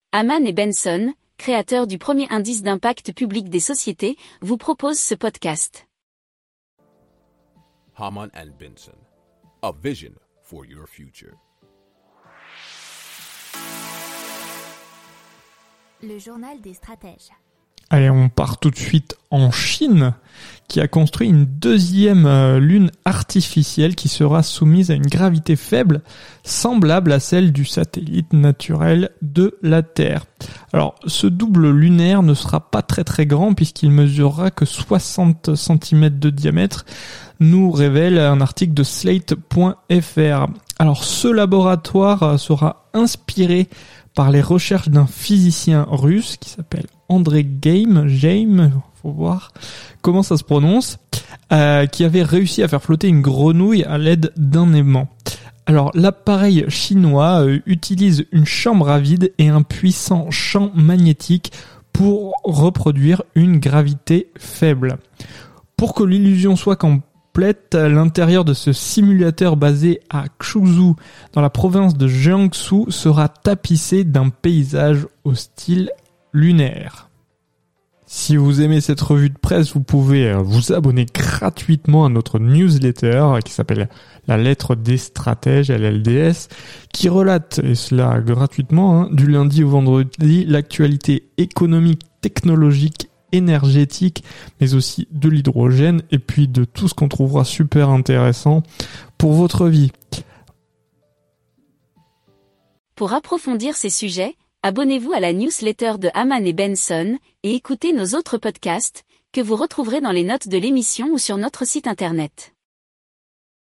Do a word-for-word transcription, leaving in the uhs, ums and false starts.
Hamann et Benson, créateurs du premier indice d'impact public des sociétés, vous proposent ce podcast. Hamann and Benson, a vision for your future. Le journal des stratèges. Allez, on part tout de suite en Chine, qui a construit une deuxième euh, lune artificielle qui sera soumise à une gravité faible, semblable à celle du satellite naturel de la Terre. Alors, ce double lunaire ne sera pas très très grand puisqu'il mesurera que soixante centimètres de diamètre, nous révèle un article de slate point f r. Alors, ce laboratoire sera inspiré par les recherches d'un physicien russe qui s'appelle André Geim, Geim, faut voir comment ça se prononce, euh, qui avait réussi à faire flotter une grenouille à l'aide d'un aimant. Alors, l'appareil chinois euh, utilise une chambre à vide et un puissant champ magnétique pour reproduire une gravité faible. Pour que l'illusion soit complète, l'intérieur de ce simulateur basé à Xuzhou, dans la province de Jiangsu, sera tapissé d'un paysage au style lunaire. Si vous aimez cette revue de presse, vous pouvez vous abonner gratuitement à notre newsletter qui s'appelle La Lettre des Stratèges, L L D S, qui relate, et cela gratuitement, hein, du lundi au vendredi, l'actualité économique, technologique, énergétique, mais aussi de l'hydrogène et puis de tout ce qu'on trouvera super intéressant pour votre vie. Pour approfondir ces sujets, abonnez-vous à la newsletter de Hamann et Benson et écoutez nos autres podcasts que vous retrouverez dans les notes de l'émission ou sur notre site internet.